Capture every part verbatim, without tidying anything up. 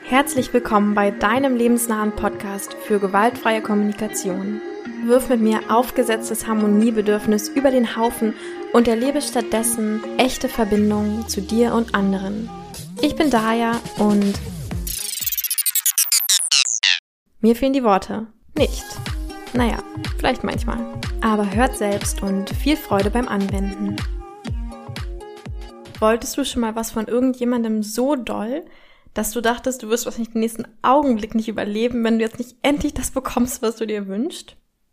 Herzlich willkommen bei deinem lebensnahen Podcast für gewaltfreie Kommunikation. Wirf mit mir aufgesetztes Harmoniebedürfnis über den Haufen und erlebe stattdessen echte Verbindungen zu dir und anderen. Ich bin Daya und mir fehlen die Worte. Nicht. Naja, vielleicht manchmal. Aber hört selbst und viel Freude beim Anwenden. Wolltest du schon mal was von irgendjemandem so doll, dass du dachtest, du wirst wahrscheinlich den nächsten Augenblick nicht überleben, wenn du jetzt nicht endlich das bekommst, was du dir wünschst?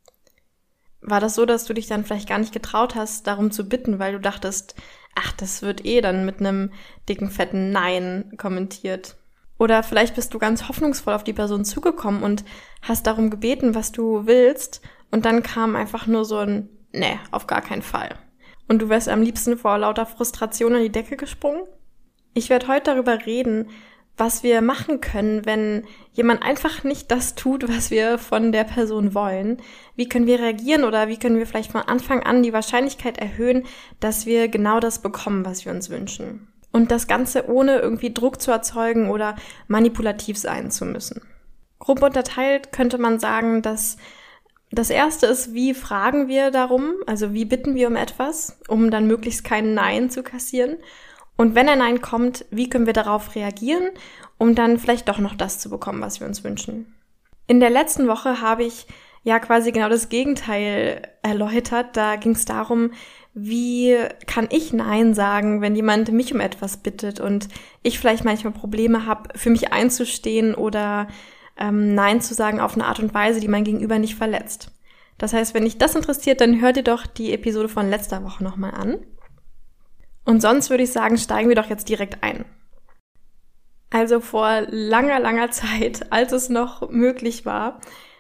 War das so, dass du dich dann vielleicht gar nicht getraut hast, darum zu bitten, weil du dachtest, ach, das wird eh dann mit einem dicken, fetten Nein kommentiert? Oder vielleicht bist du ganz hoffnungsvoll auf die Person zugekommen und hast darum gebeten, was du willst, und dann kam einfach nur so ein Nee, auf gar keinen Fall. Und du wärst am liebsten vor lauter Frustration an die Decke gesprungen? Ich werde heute darüber reden, was wir machen können, wenn jemand einfach nicht das tut, was wir von der Person wollen. Wie können wir reagieren oder wie können wir vielleicht von Anfang an die Wahrscheinlichkeit erhöhen, dass wir genau das bekommen, was wir uns wünschen. Und das Ganze ohne irgendwie Druck zu erzeugen oder manipulativ sein zu müssen. Grob unterteilt könnte man sagen, dass das erste ist, wie fragen wir darum, also wie bitten wir um etwas, um dann möglichst kein Nein zu kassieren. Und wenn ein Nein kommt, wie können wir darauf reagieren, um dann vielleicht doch noch das zu bekommen, was wir uns wünschen. In der letzten Woche habe ich ja quasi genau das Gegenteil erläutert. Da ging es darum, wie kann ich Nein sagen, wenn jemand mich um etwas bittet und ich vielleicht manchmal Probleme habe, für mich einzustehen oder ähm, Nein zu sagen auf eine Art und Weise, die mein Gegenüber nicht verletzt. Das heißt, wenn dich das interessiert, dann hör dir doch die Episode von letzter Woche nochmal an. Und sonst würde ich sagen, steigen wir doch jetzt direkt ein. Also vor langer, langer Zeit, als es noch möglich war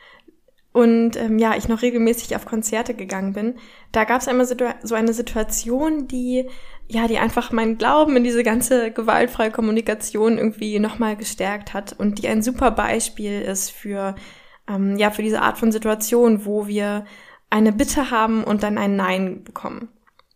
und ähm, ja, ich noch regelmäßig auf Konzerte gegangen bin, da gab es einmal situa- so eine Situation, die ja, die einfach meinen Glauben in diese ganze gewaltfreie Kommunikation irgendwie nochmal gestärkt hat und die ein super Beispiel ist für ähm, ja für diese Art von Situation, wo wir eine Bitte haben und dann ein Nein bekommen.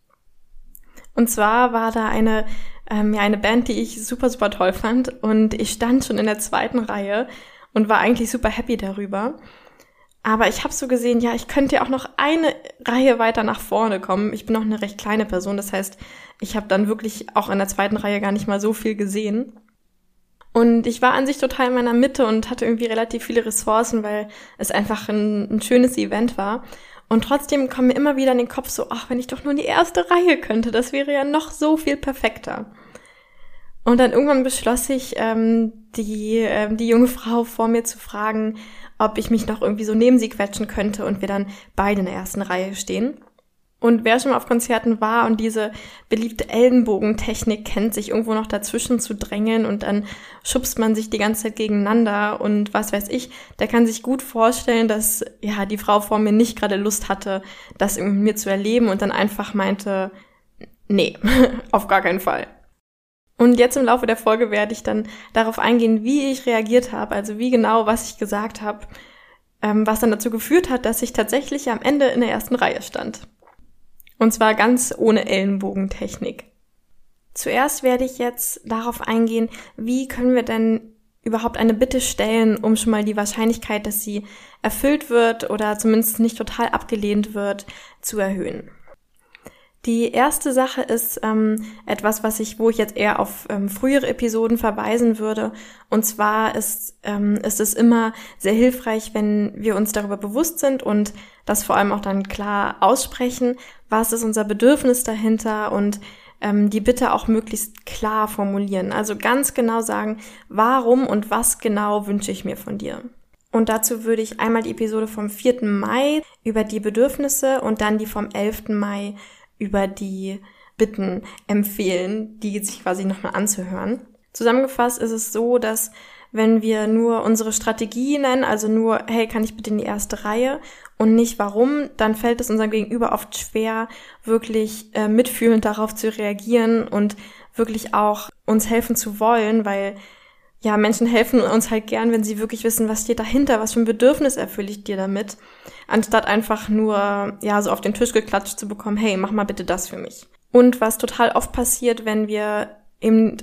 Und zwar war da eine, ähm, ja, eine Band, die ich super, super toll fand. Und ich stand schon in der zweiten Reihe und war eigentlich super happy darüber. Aber ich habe so gesehen, ja, ich könnte ja auch noch eine Reihe weiter nach vorne kommen. Ich bin noch eine recht kleine Person, das heißt, ich habe dann wirklich auch in der zweiten Reihe gar nicht mal so viel gesehen. Und ich war an sich total in meiner Mitte und hatte irgendwie relativ viele Ressourcen, weil es einfach ein, ein schönes Event war. Und trotzdem kam mir immer wieder in den Kopf so, ach, wenn ich doch nur in die erste Reihe könnte, das wäre ja noch so viel perfekter. Und dann irgendwann beschloss ich, ähm, die, ähm, die junge Frau vor mir zu fragen, ob ich mich noch irgendwie so neben sie quetschen könnte und wir dann beide in der ersten Reihe stehen. Und wer schon mal auf Konzerten war und diese beliebte Ellenbogentechnik kennt, sich irgendwo noch dazwischen zu drängeln und dann schubst man sich die ganze Zeit gegeneinander und was weiß ich, der kann sich gut vorstellen, dass ja die Frau vor mir nicht gerade Lust hatte, das irgendwie mit mir zu erleben und dann einfach meinte, nee, auf gar keinen Fall. Und jetzt im Laufe der Folge werde ich dann darauf eingehen, wie ich reagiert habe, also wie genau, was ich gesagt habe, ähm, was dann dazu geführt hat, dass ich tatsächlich am Ende in der ersten Reihe stand. Und zwar ganz ohne Ellenbogentechnik. Zuerst werde ich jetzt darauf eingehen, wie können wir denn überhaupt eine Bitte stellen, um schon mal die Wahrscheinlichkeit, dass sie erfüllt wird oder zumindest nicht total abgelehnt wird, zu erhöhen. Die erste Sache ist ähm, etwas, was ich, wo ich jetzt eher auf ähm, frühere Episoden verweisen würde. Und zwar ist, ähm, ist es immer sehr hilfreich, wenn wir uns darüber bewusst sind und das vor allem auch dann klar aussprechen, was ist unser Bedürfnis dahinter und ähm, die Bitte auch möglichst klar formulieren. Also ganz genau sagen, warum und was genau wünsche ich mir von dir. Und dazu würde ich einmal die Episode vom vierten Mai über die Bedürfnisse und dann die vom elften Mai über die Bitten empfehlen, die sich quasi nochmal anzuhören. Zusammengefasst ist es so, dass wenn wir nur unsere Strategie nennen, also nur, hey, kann ich bitte in die erste Reihe und nicht warum, dann fällt es unserem Gegenüber oft schwer, wirklich äh, mitfühlend darauf zu reagieren und wirklich auch uns helfen zu wollen, weil ja, Menschen helfen uns halt gern, wenn sie wirklich wissen, was steht dahinter, was für ein Bedürfnis erfülle ich dir damit, anstatt einfach nur, ja, so auf den Tisch geklatscht zu bekommen, hey, mach mal bitte das für mich. Und was total oft passiert, wenn wir eben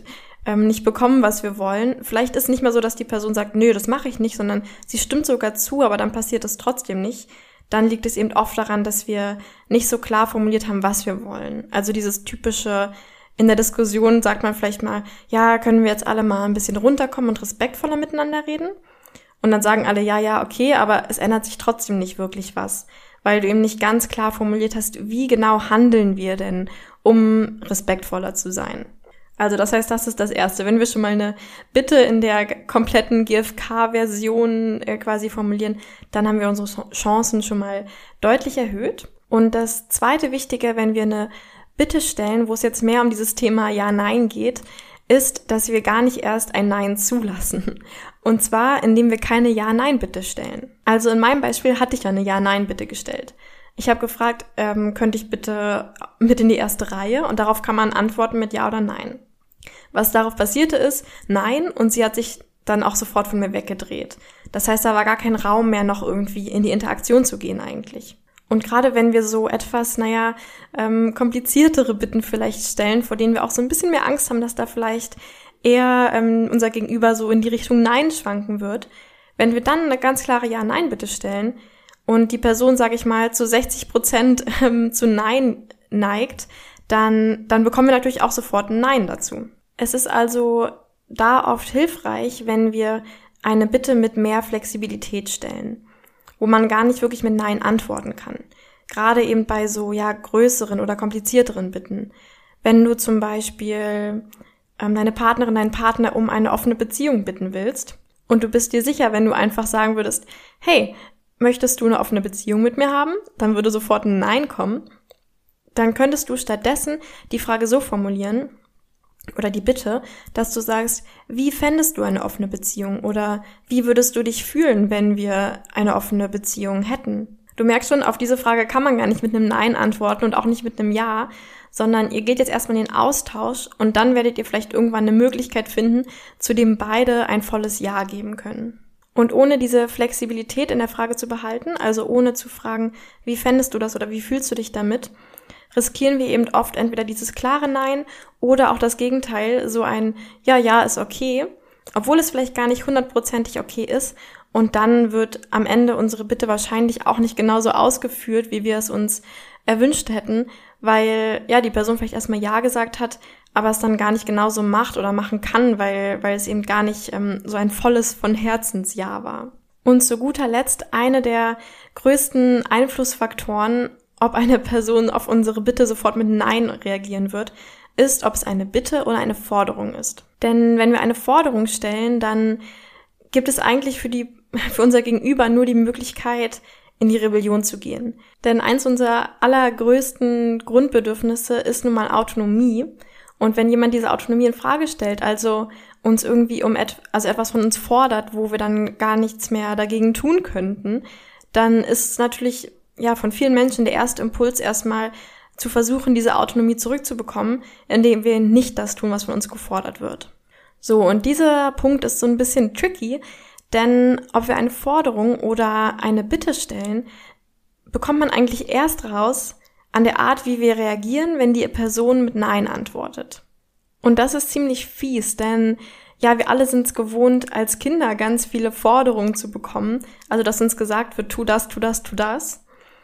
ähm, nicht bekommen, was wir wollen. Vielleicht ist nicht mal so, dass die Person sagt, nö, das mache ich nicht, sondern sie stimmt sogar zu, aber dann passiert es trotzdem nicht. Dann liegt es eben oft daran, dass wir nicht so klar formuliert haben, was wir wollen. Also dieses typische, in der Diskussion sagt man vielleicht mal, ja, können wir jetzt alle mal ein bisschen runterkommen und respektvoller miteinander reden? Und dann sagen alle, ja, ja, okay, aber es ändert sich trotzdem nicht wirklich was, weil du eben nicht ganz klar formuliert hast, wie genau handeln wir denn, um respektvoller zu sein. Also das heißt, das ist das Erste. Wenn wir schon mal eine Bitte in der kompletten G F K-Version äh, quasi formulieren, dann haben wir unsere Chancen schon mal deutlich erhöht. Und das zweite Wichtige, wenn wir eine Bitte stellen, wo es jetzt mehr um dieses Thema Ja-Nein geht, ist, dass wir gar nicht erst ein Nein zulassen. Und zwar, indem wir keine Ja-Nein-Bitte stellen. Also in meinem Beispiel hatte ich ja eine Ja-Nein-Bitte gestellt. Ich habe gefragt, ähm, könnte ich bitte mit in die erste Reihe? Und darauf kann man antworten mit Ja oder Nein. Was darauf passierte ist, Nein, und sie hat sich dann auch sofort von mir weggedreht. Das heißt, da war gar kein Raum mehr, noch irgendwie in die Interaktion zu gehen eigentlich. Und gerade wenn wir so etwas, naja, ähm, kompliziertere Bitten vielleicht stellen, vor denen wir auch so ein bisschen mehr Angst haben, dass da vielleicht eher ähm, unser Gegenüber so in die Richtung Nein schwanken wird, wenn wir dann eine ganz klare Ja-Nein-Bitte stellen und die Person, sage ich mal, zu sechzig Prozent ähm, zu Nein neigt, dann, dann bekommen wir natürlich auch sofort ein Nein dazu. Es ist also da oft hilfreich, wenn wir eine Bitte mit mehr Flexibilität stellen, wo man gar nicht wirklich mit Nein antworten kann. Gerade eben bei so ja größeren oder komplizierteren Bitten. Wenn du zum Beispiel ähm, deine Partnerin, deinen Partner um eine offene Beziehung bitten willst und du bist dir sicher, wenn du einfach sagen würdest, hey, möchtest du eine offene Beziehung mit mir haben? Dann würde sofort ein Nein kommen. Dann könntest du stattdessen die Frage so formulieren, oder die Bitte, dass du sagst, wie fändest du eine offene Beziehung oder wie würdest du dich fühlen, wenn wir eine offene Beziehung hätten? Du merkst schon, auf diese Frage kann man gar nicht mit einem Nein antworten und auch nicht mit einem Ja, sondern ihr geht jetzt erstmal in den Austausch und dann werdet ihr vielleicht irgendwann eine Möglichkeit finden, zu dem beide ein volles Ja geben können. Und ohne diese Flexibilität in der Frage zu behalten, also ohne zu fragen, wie fändest du das oder wie fühlst du dich damit, riskieren wir eben oft entweder dieses klare Nein oder auch das Gegenteil, so ein Ja, ja, ist okay, obwohl es vielleicht gar nicht hundertprozentig okay ist. Und dann wird am Ende unsere Bitte wahrscheinlich auch nicht genauso ausgeführt, wie wir es uns erwünscht hätten, weil ja die Person vielleicht erstmal Ja gesagt hat, aber es dann gar nicht genauso macht oder machen kann, weil, weil es eben gar nicht ähm, so ein volles von Herzens Ja war. Und zu guter Letzt eine der größten Einflussfaktoren, ob eine Person auf unsere Bitte sofort mit Nein reagieren wird, ist, ob es eine Bitte oder eine Forderung ist. Denn wenn wir eine Forderung stellen, dann gibt es eigentlich für die, für unser Gegenüber nur die Möglichkeit, in die Rebellion zu gehen. Denn eins unserer allergrößten Grundbedürfnisse ist nun mal Autonomie. Und wenn jemand diese Autonomie in Frage stellt, also uns irgendwie um et- also etwas von uns fordert, wo wir dann gar nichts mehr dagegen tun könnten, dann ist es natürlich ja von vielen Menschen der erste Impuls erstmal zu versuchen, diese Autonomie zurückzubekommen, indem wir nicht das tun, was von uns gefordert wird. So, und dieser Punkt ist so ein bisschen tricky, denn ob wir eine Forderung oder eine Bitte stellen, bekommt man eigentlich erst raus an der Art, wie wir reagieren, wenn die Person mit Nein antwortet. Und das ist ziemlich fies, denn ja, wir alle sind es gewohnt, als Kinder ganz viele Forderungen zu bekommen, also dass uns gesagt wird, tu das, tu das, tu das.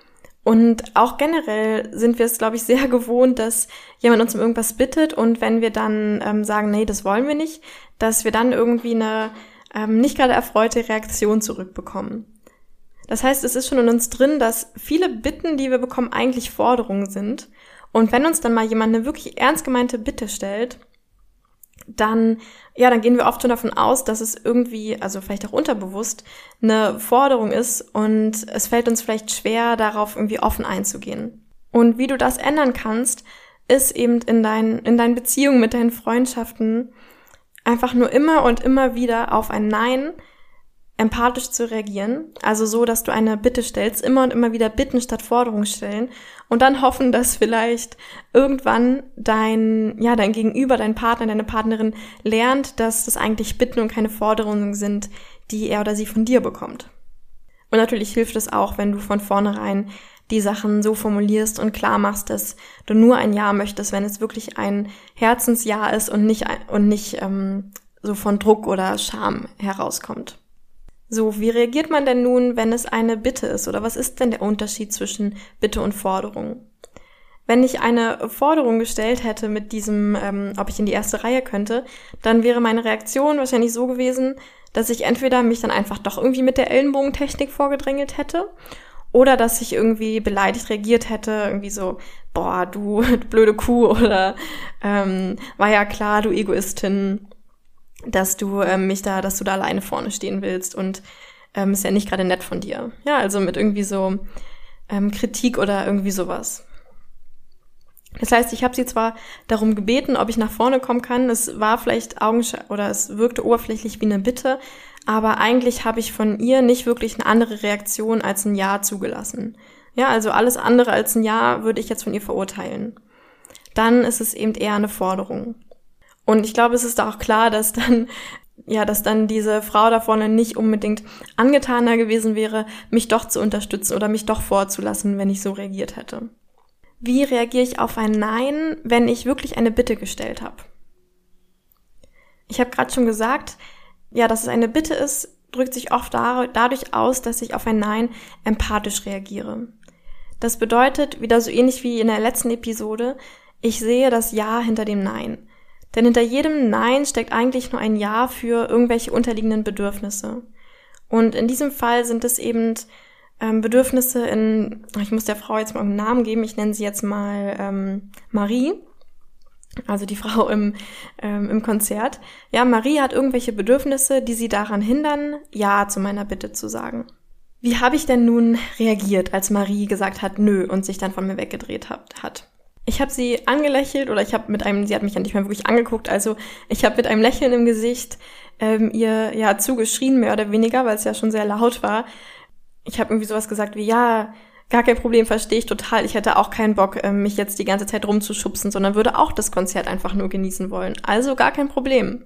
Und auch generell sind wir es, glaube ich, sehr gewohnt, dass jemand uns um irgendwas bittet und wenn wir dann ähm, sagen, nee, das wollen wir nicht, dass wir dann irgendwie eine ähm, nicht gerade erfreute Reaktion zurückbekommen. Das heißt, es ist schon in uns drin, dass viele Bitten, die wir bekommen, eigentlich Forderungen sind. Und wenn uns dann mal jemand eine wirklich ernst gemeinte Bitte stellt, dann, ja, dann gehen wir oft schon davon aus, dass es irgendwie, also vielleicht auch unterbewusst, eine Forderung ist und es fällt uns vielleicht schwer, darauf irgendwie offen einzugehen. Und wie du das ändern kannst, ist eben in deinen, in deinen Beziehungen mit deinen Freundschaften einfach nur immer und immer wieder auf ein Nein empathisch zu reagieren, also so, dass du eine Bitte stellst, immer und immer wieder Bitten statt Forderungen stellen und dann hoffen, dass vielleicht irgendwann dein, ja, dein Gegenüber, dein Partner, deine Partnerin lernt, dass das eigentlich Bitten und keine Forderungen sind, die er oder sie von dir bekommt. Und natürlich hilft es auch, wenn du von vornherein die Sachen so formulierst und klar machst, dass du nur ein Ja möchtest, wenn es wirklich ein Herzensja ist und nicht, und nicht ähm, so von Druck oder Scham herauskommt. So, wie reagiert man denn nun, wenn es eine Bitte ist? Oder was ist denn der Unterschied zwischen Bitte und Forderung? Wenn ich eine Forderung gestellt hätte mit diesem, ähm, ob ich in die erste Reihe könnte, dann wäre meine Reaktion wahrscheinlich so gewesen, dass ich entweder mich dann einfach doch irgendwie mit der Ellenbogentechnik vorgedrängelt hätte oder dass ich irgendwie beleidigt reagiert hätte, irgendwie so, boah, du blöde Kuh oder ähm, war ja klar, du Egoistin, dass du ähm, mich da, dass du da alleine vorne stehen willst und ähm, ist ja nicht gerade nett von dir. Ja, also mit irgendwie so ähm, Kritik oder irgendwie sowas. Das heißt, ich habe sie zwar darum gebeten, ob ich nach vorne kommen kann. Es war vielleicht augenscheinlich oder es wirkte oberflächlich wie eine Bitte, aber eigentlich habe ich von ihr nicht wirklich eine andere Reaktion als ein Ja zugelassen. Ja, also alles andere als ein Ja würde ich jetzt von ihr verurteilen. Dann ist es eben eher eine Forderung. Und ich glaube, es ist auch klar, dass dann ja, dass dann diese Frau da vorne nicht unbedingt angetaner gewesen wäre, mich doch zu unterstützen oder mich doch vorzulassen, wenn ich so reagiert hätte. Wie reagiere ich auf ein Nein, wenn ich wirklich eine Bitte gestellt habe? Ich habe gerade schon gesagt, ja, dass es eine Bitte ist, drückt sich oft dadurch aus, dass ich auf ein Nein empathisch reagiere. Das bedeutet, wieder so ähnlich wie in der letzten Episode, ich sehe das Ja hinter dem Nein. Denn hinter jedem Nein steckt eigentlich nur ein Ja für irgendwelche unterliegenden Bedürfnisse. Und in diesem Fall sind es eben ähm, Bedürfnisse in, ich muss der Frau jetzt mal einen Namen geben, ich nenne sie jetzt mal ähm, Marie, also die Frau im, ähm, im Konzert. Ja, Marie hat irgendwelche Bedürfnisse, die sie daran hindern, Ja zu meiner Bitte zu sagen. Wie habe ich denn nun reagiert, als Marie gesagt hat, nö, und sich dann von mir weggedreht hat? Ich habe sie angelächelt oder ich habe mit einem, sie hat mich ja nicht mehr wirklich angeguckt, also ich habe mit einem Lächeln im Gesicht ähm, ihr ja zugeschrien, mehr oder weniger, weil es ja schon sehr laut war. Ich habe irgendwie sowas gesagt wie, ja, gar kein Problem, verstehe ich total. Ich hätte auch keinen Bock, ähm, mich jetzt die ganze Zeit rumzuschubsen, sondern würde auch das Konzert einfach nur genießen wollen. Also gar kein Problem.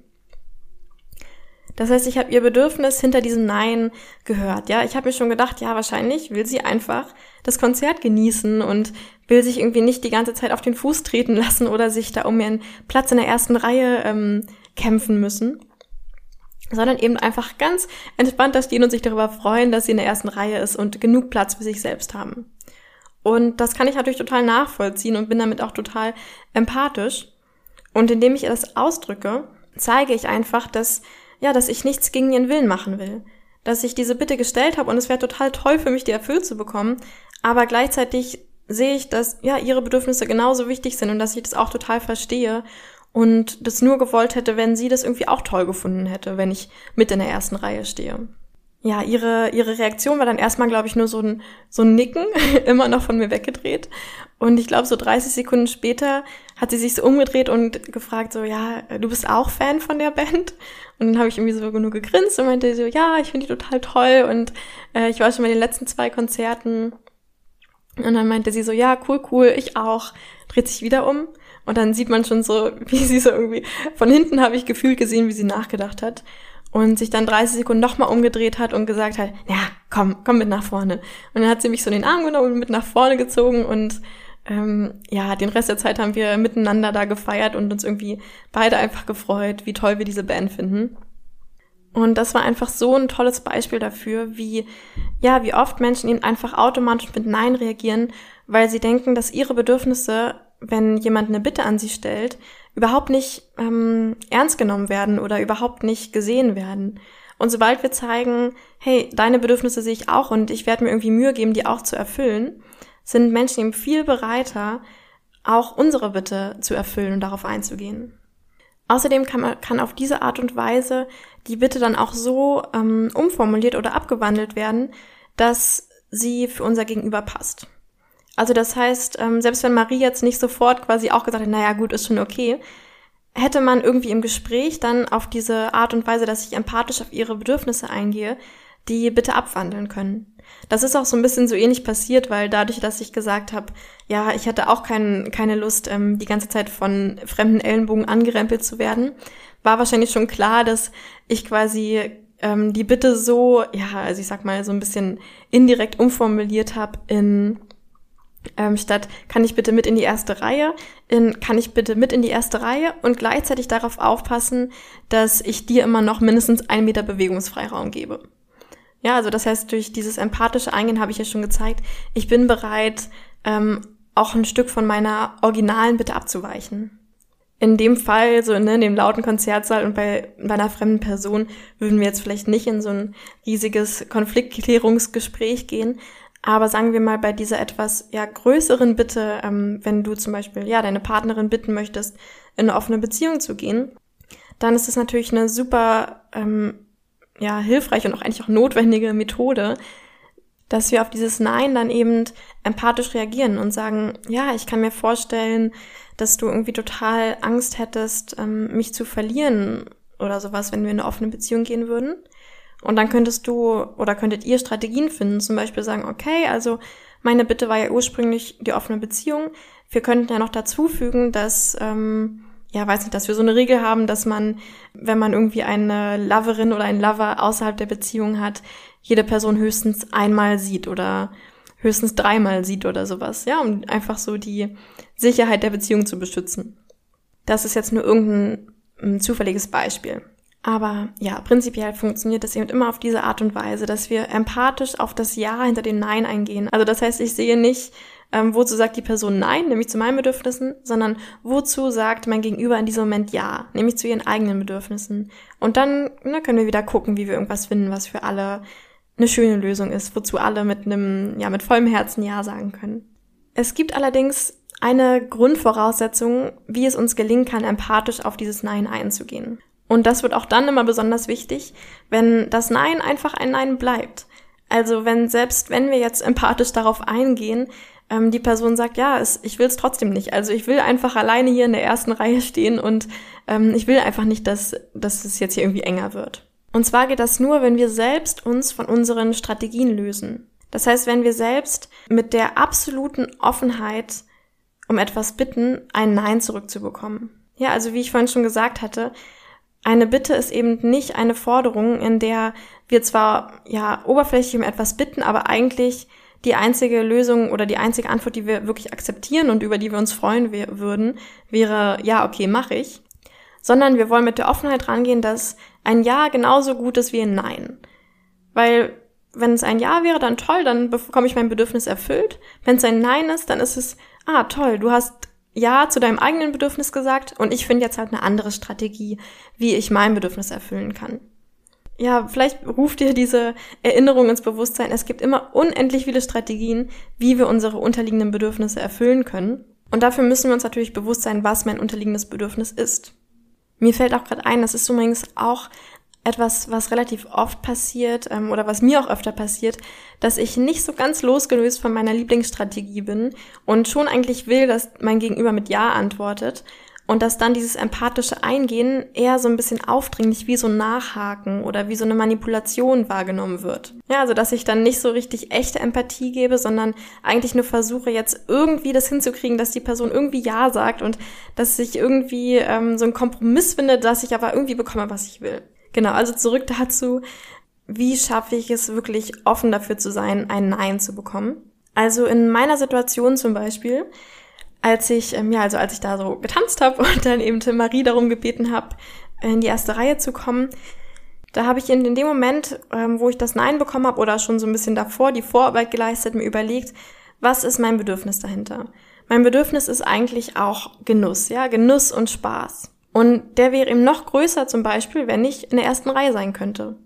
Das heißt, ich habe ihr Bedürfnis hinter diesem Nein gehört. Ja, ich habe mir schon gedacht, ja, wahrscheinlich will sie einfach das Konzert genießen und will sich irgendwie nicht die ganze Zeit auf den Fuß treten lassen oder sich da um ihren Platz in der ersten Reihe ähm, kämpfen müssen, sondern eben einfach ganz entspannt da stehen und sich darüber freuen, dass sie in der ersten Reihe ist und genug Platz für sich selbst haben. Und das kann ich natürlich total nachvollziehen und bin damit auch total empathisch. Und indem ich ihr das ausdrücke, zeige ich einfach, dass ja, dass ich nichts gegen ihren Willen machen will. Dass ich diese Bitte gestellt habe und es wäre total toll für mich, die erfüllt zu bekommen. Aber gleichzeitig sehe ich, dass ja ihre Bedürfnisse genauso wichtig sind und dass ich das auch total verstehe und das nur gewollt hätte, wenn sie das irgendwie auch toll gefunden hätte, wenn ich mit in der ersten Reihe stehe. Ja, ihre ihre Reaktion war dann erstmal, glaube ich, nur so ein so ein Nicken, immer noch von mir weggedreht. Und ich glaube, so dreißig Sekunden später hat sie sich so umgedreht und gefragt so, ja, du bist auch Fan von der Band? Und dann habe ich irgendwie so nur gegrinst und meinte so, ja, ich finde die total toll und äh, ich war schon bei den letzten zwei Konzerten. Und dann meinte sie so, ja, cool, cool, ich auch. Dreht sich wieder um und dann sieht man schon so, wie sie so irgendwie, von hinten habe ich gefühlt gesehen, wie sie nachgedacht hat. Und sich dann dreißig Sekunden nochmal umgedreht hat und gesagt hat, ja, komm, komm mit nach vorne. Und dann hat sie mich so in den Arm genommen und mit nach vorne gezogen und ähm, ja, den Rest der Zeit haben wir miteinander da gefeiert und uns irgendwie beide einfach gefreut, wie toll wir diese Band finden. Und das war einfach so ein tolles Beispiel dafür, wie, ja, wie oft Menschen eben einfach automatisch mit Nein reagieren, weil sie denken, dass ihre Bedürfnisse, wenn jemand eine Bitte an sie stellt, überhaupt nicht ähm, ernst genommen werden oder überhaupt nicht gesehen werden. Und sobald wir zeigen, hey, deine Bedürfnisse sehe ich auch und ich werde mir irgendwie Mühe geben, die auch zu erfüllen, sind Menschen eben viel bereiter, auch unsere Bitte zu erfüllen und darauf einzugehen. Außerdem kann man kann auf diese Art und Weise die Bitte dann auch so ähm, umformuliert oder abgewandelt werden, dass sie für unser Gegenüber passt. Also das heißt, ähm, selbst wenn Marie jetzt nicht sofort quasi auch gesagt hat, naja gut, ist schon okay, hätte man irgendwie im Gespräch dann auf diese Art und Weise, dass ich empathisch auf ihre Bedürfnisse eingehe, die Bitte abwandeln können. Das ist auch so ein bisschen so ähnlich passiert, weil dadurch, dass ich gesagt habe, ja, ich hatte auch kein, keine Lust, ähm, die ganze Zeit von fremden Ellenbogen angerempelt zu werden, war wahrscheinlich schon klar, dass ich quasi ähm, die Bitte so, ja, also ich sag mal, so ein bisschen indirekt umformuliert habe in Ähm, statt kann ich bitte mit in die erste Reihe, in kann ich bitte mit in die erste Reihe und gleichzeitig darauf aufpassen, dass ich dir immer noch mindestens einen Meter Bewegungsfreiraum gebe. Ja, also das heißt, durch dieses empathische Eingehen habe ich ja schon gezeigt, ich bin bereit, ähm, auch ein Stück von meiner originalen Bitte abzuweichen. In dem Fall, so ne, in dem lauten Konzertsaal und bei, bei einer fremden Person, würden wir jetzt vielleicht nicht in so ein riesiges Konfliktklärungsgespräch gehen, aber sagen wir mal bei dieser etwas ja größeren Bitte, ähm, wenn du zum Beispiel ja deine Partnerin bitten möchtest, in eine offene Beziehung zu gehen, dann ist es natürlich eine super ähm, ja hilfreiche und auch eigentlich auch notwendige Methode, dass wir auf dieses Nein dann eben empathisch reagieren und sagen, ja, ich kann mir vorstellen, dass du irgendwie total Angst hättest, ähm, mich zu verlieren oder sowas, wenn wir in eine offene Beziehung gehen würden. Und dann könntest du oder könntet ihr Strategien finden, zum Beispiel sagen, okay, also meine Bitte war ja ursprünglich die offene Beziehung. Wir könnten ja noch dazu fügen, dass, ähm, ja, weiß nicht, dass wir so eine Regel haben, dass man, wenn man irgendwie eine Loverin oder einen Lover außerhalb der Beziehung hat, jede Person höchstens einmal sieht oder höchstens dreimal sieht oder sowas, ja, um einfach so die Sicherheit der Beziehung zu beschützen. Das ist jetzt nur irgendein ein zufälliges Beispiel. Aber ja, prinzipiell funktioniert das eben immer auf diese Art und Weise, dass wir empathisch auf das Ja hinter dem Nein eingehen. Also das heißt, ich sehe nicht, ähm, wozu sagt die Person Nein, nämlich zu meinen Bedürfnissen, sondern wozu sagt mein Gegenüber in diesem Moment Ja, nämlich zu ihren eigenen Bedürfnissen. Und dann ne, können wir wieder gucken, wie wir irgendwas finden, was für alle eine schöne Lösung ist, wozu alle mit einem, ja, mit vollem Herzen Ja sagen können. Es gibt allerdings eine Grundvoraussetzung, wie es uns gelingen kann, empathisch auf dieses Nein einzugehen. Und das wird auch dann immer besonders wichtig, wenn das Nein einfach ein Nein bleibt. Also wenn selbst wenn wir jetzt empathisch darauf eingehen, ähm, die Person sagt, ja, es, ich will es trotzdem nicht. Also ich will einfach alleine hier in der ersten Reihe stehen und ähm, ich will einfach nicht, dass, dass es jetzt hier irgendwie enger wird. Und zwar geht das nur, wenn wir selbst uns von unseren Strategien lösen. Das heißt, wenn wir selbst mit der absoluten Offenheit um etwas bitten, ein Nein zurückzubekommen. Ja, also wie ich vorhin schon gesagt hatte, eine Bitte ist eben nicht eine Forderung, in der wir zwar ja oberflächlich um etwas bitten, aber eigentlich die einzige Lösung oder die einzige Antwort, die wir wirklich akzeptieren und über die wir uns freuen wir, würden, wäre, ja, okay, mache ich. Sondern wir wollen mit der Offenheit rangehen, dass ein Ja genauso gut ist wie ein Nein. Weil wenn es ein Ja wäre, dann toll, dann bekomme ich mein Bedürfnis erfüllt. Wenn es ein Nein ist, dann ist es, ah toll, du hast Ja zu deinem eigenen Bedürfnis gesagt und ich finde jetzt halt eine andere Strategie, wie ich mein Bedürfnis erfüllen kann. Ja, vielleicht ruft dir diese Erinnerung ins Bewusstsein, es gibt immer unendlich viele Strategien, wie wir unsere unterliegenden Bedürfnisse erfüllen können. Und dafür müssen wir uns natürlich bewusst sein, was mein unterliegendes Bedürfnis ist. Mir fällt auch gerade ein, das ist übrigens auch etwas, was relativ oft passiert ähm, oder was mir auch öfter passiert, dass ich nicht so ganz losgelöst von meiner Lieblingsstrategie bin und schon eigentlich will, dass mein Gegenüber mit Ja antwortet und dass dann dieses empathische Eingehen eher so ein bisschen aufdringlich wie so ein Nachhaken oder wie so eine Manipulation wahrgenommen wird. Ja, also dass ich dann nicht so richtig echte Empathie gebe, sondern eigentlich nur versuche jetzt irgendwie das hinzukriegen, dass die Person irgendwie Ja sagt und dass ich irgendwie ähm, so einen Kompromiss finde, dass ich aber irgendwie bekomme, was ich will. Genau, also zurück dazu, wie schaffe ich es wirklich offen dafür zu sein, ein Nein zu bekommen. Also in meiner Situation zum Beispiel, als ich, ähm, ja, also als ich da so getanzt habe und dann eben Marie darum gebeten habe, in die erste Reihe zu kommen, da habe ich in, in dem Moment, ähm, wo ich das Nein bekommen habe oder schon so ein bisschen davor die Vorarbeit geleistet, mir überlegt, was ist mein Bedürfnis dahinter? Mein Bedürfnis ist eigentlich auch Genuss, ja, Genuss und Spaß. Und der wäre eben noch größer zum Beispiel, wenn ich in der ersten Reihe sein könnte.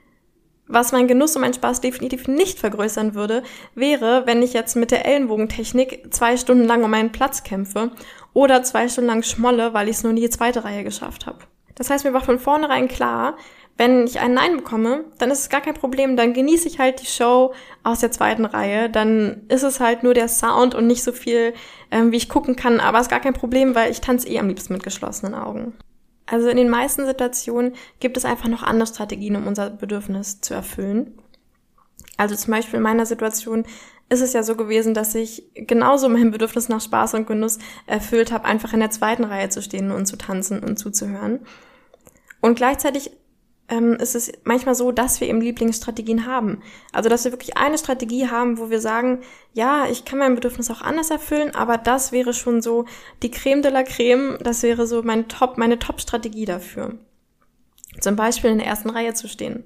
Was mein Genuss und mein Spaß definitiv nicht vergrößern würde, wäre, wenn ich jetzt mit der Ellenbogentechnik zwei Stunden lang um meinen Platz kämpfe oder zwei Stunden lang schmolle, weil ich es nur in die zweite Reihe geschafft habe. Das heißt, mir war von vornherein klar, wenn ich ein Nein bekomme, dann ist es gar kein Problem, dann genieße ich halt die Show aus der zweiten Reihe, dann ist es halt nur der Sound und nicht so viel, ähm, wie ich gucken kann, aber ist gar kein Problem, weil ich tanze eh am liebsten mit geschlossenen Augen. Also in den meisten Situationen gibt es einfach noch andere Strategien, um unser Bedürfnis zu erfüllen. Also zum Beispiel in meiner Situation ist es ja so gewesen, dass ich genauso mein Bedürfnis nach Spaß und Genuss erfüllt habe, einfach in der zweiten Reihe zu stehen und zu tanzen und zuzuhören. Und gleichzeitig ähm, ist es manchmal so, dass wir eben Lieblingsstrategien haben. Also, dass wir wirklich eine Strategie haben, wo wir sagen, ja, ich kann mein Bedürfnis auch anders erfüllen, aber das wäre schon so die Creme de la Creme, das wäre so mein Top, meine Top-Strategie dafür. Zum Beispiel in der ersten Reihe zu stehen.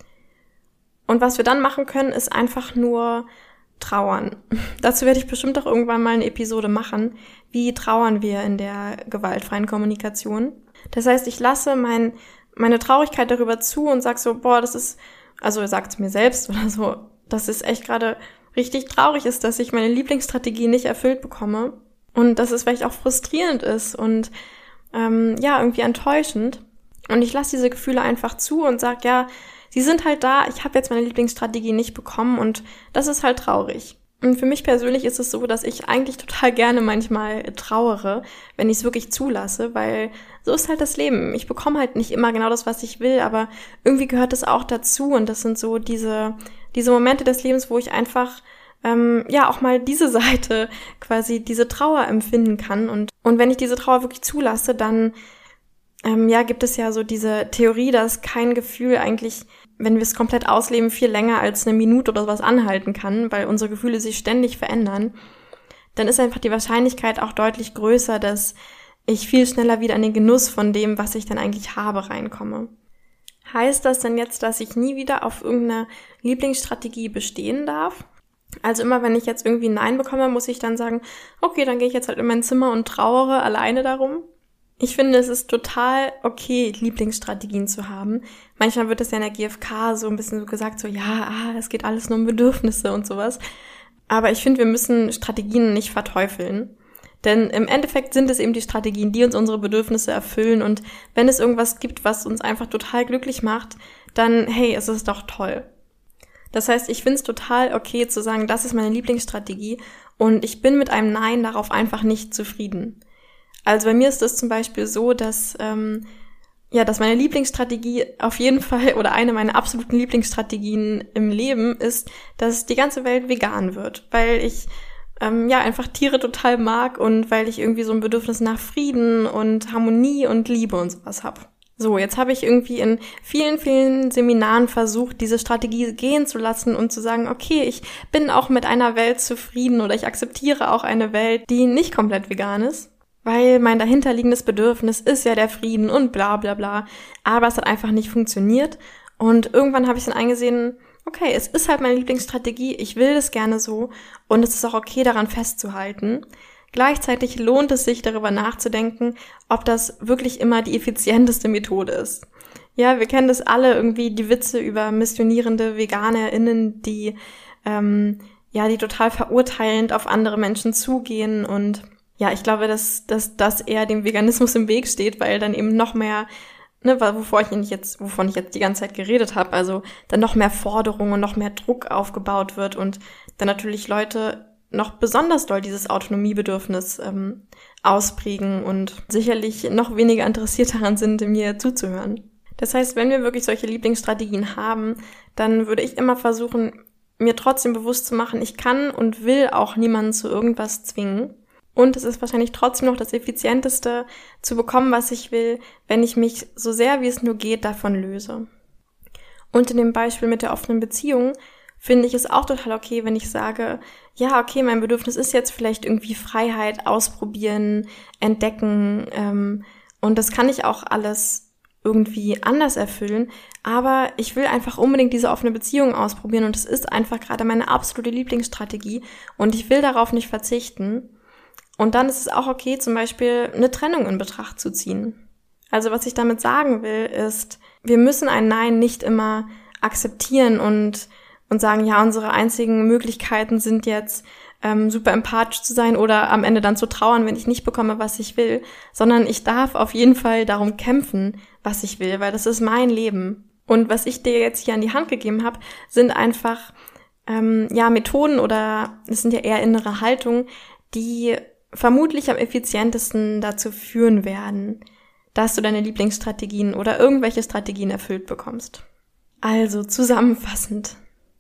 Und was wir dann machen können, ist einfach nur trauern. Dazu werde ich bestimmt auch irgendwann mal eine Episode machen. Wie trauern wir in der gewaltfreien Kommunikation? Das heißt, ich lasse mein, meine Traurigkeit darüber zu und sag so, boah, das ist, also sagt es mir selbst oder so, dass es echt gerade richtig traurig ist, dass ich meine Lieblingsstrategie nicht erfüllt bekomme und dass es vielleicht auch frustrierend ist und ähm, ja, irgendwie enttäuschend. Und ich lasse diese Gefühle einfach zu und sag, ja, sie sind halt da, ich habe jetzt meine Lieblingsstrategie nicht bekommen und das ist halt traurig. Und für mich persönlich ist es so, dass ich eigentlich total gerne manchmal trauere, wenn ich es wirklich zulasse, weil so ist halt das Leben. Ich bekomme halt nicht immer genau das, was ich will, aber irgendwie gehört es auch dazu und das sind so diese diese Momente des Lebens, wo ich einfach ähm, ja auch mal diese Seite quasi, diese Trauer empfinden kann und und wenn ich diese Trauer wirklich zulasse, dann ähm, ja gibt es ja so diese Theorie, dass kein Gefühl eigentlich, wenn wir es komplett ausleben, viel länger als eine Minute oder sowas anhalten kann, weil unsere Gefühle sich ständig verändern, dann ist einfach die Wahrscheinlichkeit auch deutlich größer, dass ich viel schneller wieder in den Genuss von dem, was ich dann eigentlich habe, reinkomme. Heißt das denn jetzt, dass ich nie wieder auf irgendeine Lieblingsstrategie bestehen darf? Also immer, wenn ich jetzt irgendwie ein Nein bekomme, muss ich dann sagen, okay, dann gehe ich jetzt halt in mein Zimmer und trauere alleine darum? Ich finde, es ist total okay, Lieblingsstrategien zu haben. Manchmal wird es ja in der G F K so ein bisschen so gesagt, so ja, ah, es geht alles nur um Bedürfnisse und sowas. Aber ich finde, wir müssen Strategien nicht verteufeln. Denn im Endeffekt sind es eben die Strategien, die uns unsere Bedürfnisse erfüllen. Und wenn es irgendwas gibt, was uns einfach total glücklich macht, dann, hey, es ist doch toll. Das heißt, ich finde es total okay zu sagen, das ist meine Lieblingsstrategie und ich bin mit einem Nein darauf einfach nicht zufrieden. Also bei mir ist es zum Beispiel so, dass ähm, ja, dass meine Lieblingsstrategie auf jeden Fall oder eine meiner absoluten Lieblingsstrategien im Leben ist, dass die ganze Welt vegan wird, weil ich ähm, ja einfach Tiere total mag und weil ich irgendwie so ein Bedürfnis nach Frieden und Harmonie und Liebe und sowas habe. So, jetzt habe ich irgendwie in vielen, vielen Seminaren versucht, diese Strategie gehen zu lassen und zu sagen, okay, ich bin auch mit einer Welt zufrieden oder ich akzeptiere auch eine Welt, die nicht komplett vegan ist. Weil mein dahinterliegendes Bedürfnis ist ja der Frieden und bla bla bla. Aber es hat einfach nicht funktioniert. Und irgendwann habe ich dann eingesehen, okay, es ist halt meine Lieblingsstrategie, ich will das gerne so und es ist auch okay, daran festzuhalten. Gleichzeitig lohnt es sich, darüber nachzudenken, ob das wirklich immer die effizienteste Methode ist. Ja, wir kennen das alle irgendwie, die Witze über missionierende VeganerInnen, die, ähm, ja, die total verurteilend auf andere Menschen zugehen und ja, ich glaube, dass, dass das eher dem Veganismus im Weg steht, weil dann eben noch mehr, ne, wovor ich nicht jetzt, wovon ich jetzt die ganze Zeit geredet habe, also dann noch mehr Forderungen und noch mehr Druck aufgebaut wird und dann natürlich Leute noch besonders doll dieses Autonomiebedürfnis ähm, ausprägen und sicherlich noch weniger interessiert daran sind, mir zuzuhören. Das heißt, wenn wir wirklich solche Lieblingsstrategien haben, dann würde ich immer versuchen, mir trotzdem bewusst zu machen, ich kann und will auch niemanden zu irgendwas zwingen. Und es ist wahrscheinlich trotzdem noch das Effizienteste, zu bekommen, was ich will, wenn ich mich so sehr wie es nur geht davon löse. Und in dem Beispiel mit der offenen Beziehung finde ich es auch total okay, wenn ich sage, ja, okay, mein Bedürfnis ist jetzt vielleicht irgendwie Freiheit, ausprobieren, entdecken, ähm, und das kann ich auch alles irgendwie anders erfüllen, aber ich will einfach unbedingt diese offene Beziehung ausprobieren und es ist einfach gerade meine absolute Lieblingsstrategie und ich will darauf nicht verzichten. Und dann ist es auch okay, zum Beispiel eine Trennung in Betracht zu ziehen. Also was ich damit sagen will, ist, wir müssen ein Nein nicht immer akzeptieren und und sagen, ja, unsere einzigen Möglichkeiten sind jetzt, ähm, super empathisch zu sein oder am Ende dann zu trauern, wenn ich nicht bekomme, was ich will, sondern ich darf auf jeden Fall darum kämpfen, was ich will, weil das ist mein Leben. Und was ich dir jetzt hier an die Hand gegeben habe, sind einfach ähm, ja Methoden oder es sind ja eher innere Haltungen, die vermutlich am effizientesten dazu führen werden, dass du deine Lieblingsstrategien oder irgendwelche Strategien erfüllt bekommst. Also zusammenfassend.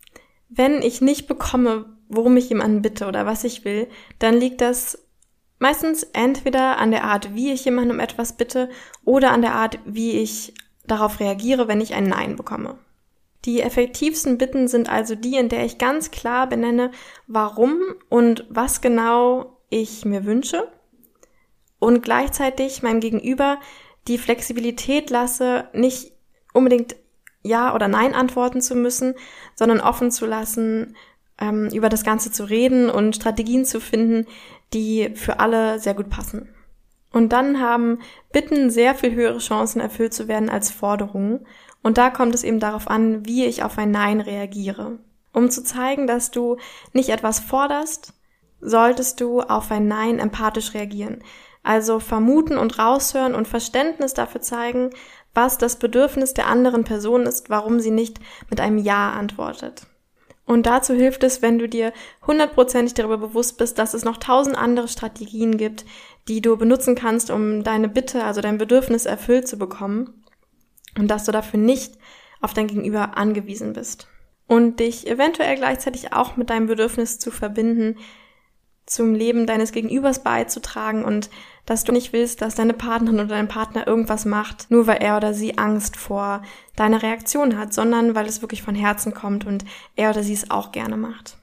Wenn ich nicht bekomme, worum ich jemanden bitte oder was ich will, dann liegt das meistens entweder an der Art, wie ich jemanden um etwas bitte oder an der Art, wie ich darauf reagiere, wenn ich ein Nein bekomme. Die effektivsten Bitten sind also die, in der ich ganz klar benenne, warum und was genau ich mir wünsche und gleichzeitig meinem Gegenüber die Flexibilität lasse, nicht unbedingt Ja oder Nein antworten zu müssen, sondern offen zu lassen, ähm, über das Ganze zu reden und Strategien zu finden, die für alle sehr gut passen. Und dann haben Bitten sehr viel höhere Chancen, erfüllt zu werden als Forderungen. Und da kommt es eben darauf an, wie ich auf ein Nein reagiere. Um zu zeigen, dass du nicht etwas forderst, solltest du auf ein Nein empathisch reagieren. Also vermuten und raushören und Verständnis dafür zeigen, was das Bedürfnis der anderen Person ist, warum sie nicht mit einem Ja antwortet. Und dazu hilft es, wenn du dir hundertprozentig darüber bewusst bist, dass es noch tausend andere Strategien gibt, die du benutzen kannst, um deine Bitte, also dein Bedürfnis erfüllt zu bekommen und dass du dafür nicht auf dein Gegenüber angewiesen bist. Und dich eventuell gleichzeitig auch mit deinem Bedürfnis zu verbinden, zum Leben deines Gegenübers beizutragen und dass du nicht willst, dass deine Partnerin oder dein Partner irgendwas macht, nur weil er oder sie Angst vor deiner Reaktion hat, sondern weil es wirklich von Herzen kommt und er oder sie es auch gerne macht.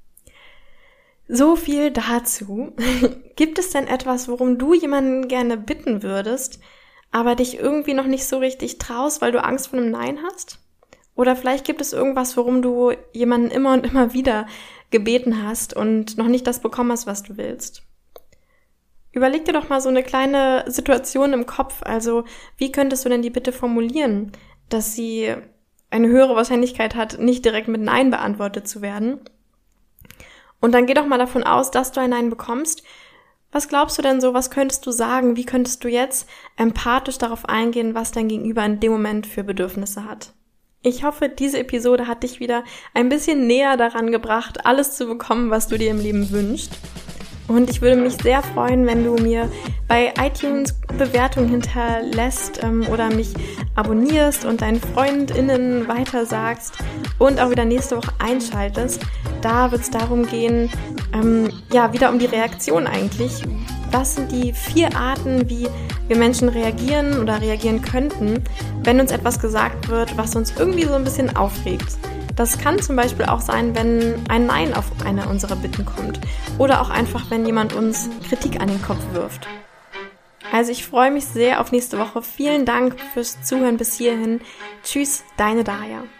So viel dazu. Gibt es denn etwas, worum du jemanden gerne bitten würdest, aber dich irgendwie noch nicht so richtig traust, weil du Angst vor einem Nein hast? Oder vielleicht gibt es irgendwas, worum du jemanden immer und immer wieder gebeten hast und noch nicht das bekommen hast, was du willst. Überleg dir doch mal so eine kleine Situation im Kopf, also wie könntest du denn die Bitte formulieren, dass sie eine höhere Wahrscheinlichkeit hat, nicht direkt mit Nein beantwortet zu werden. Und dann geh doch mal davon aus, dass du ein Nein bekommst. Was glaubst du denn so, was könntest du sagen, wie könntest du jetzt empathisch darauf eingehen, was dein Gegenüber in dem Moment für Bedürfnisse hat? Ich hoffe, diese Episode hat dich wieder ein bisschen näher daran gebracht, alles zu bekommen, was du dir im Leben wünschst. Und ich würde mich sehr freuen, wenn du mir bei iTunes Bewertungen hinterlässt ähm, oder mich abonnierst und deinen FreundInnen weitersagst und auch wieder nächste Woche einschaltest. Da wird es darum gehen, ähm, ja, wieder um die Reaktion eigentlich. Was sind die vier Arten, wie wir Menschen reagieren oder reagieren könnten, wenn uns etwas gesagt wird, was uns irgendwie so ein bisschen aufregt? Das kann zum Beispiel auch sein, wenn ein Nein auf eine unserer Bitten kommt oder auch einfach, wenn jemand uns Kritik an den Kopf wirft. Also ich freue mich sehr auf nächste Woche. Vielen Dank fürs Zuhören bis hierhin. Tschüss, deine Daria.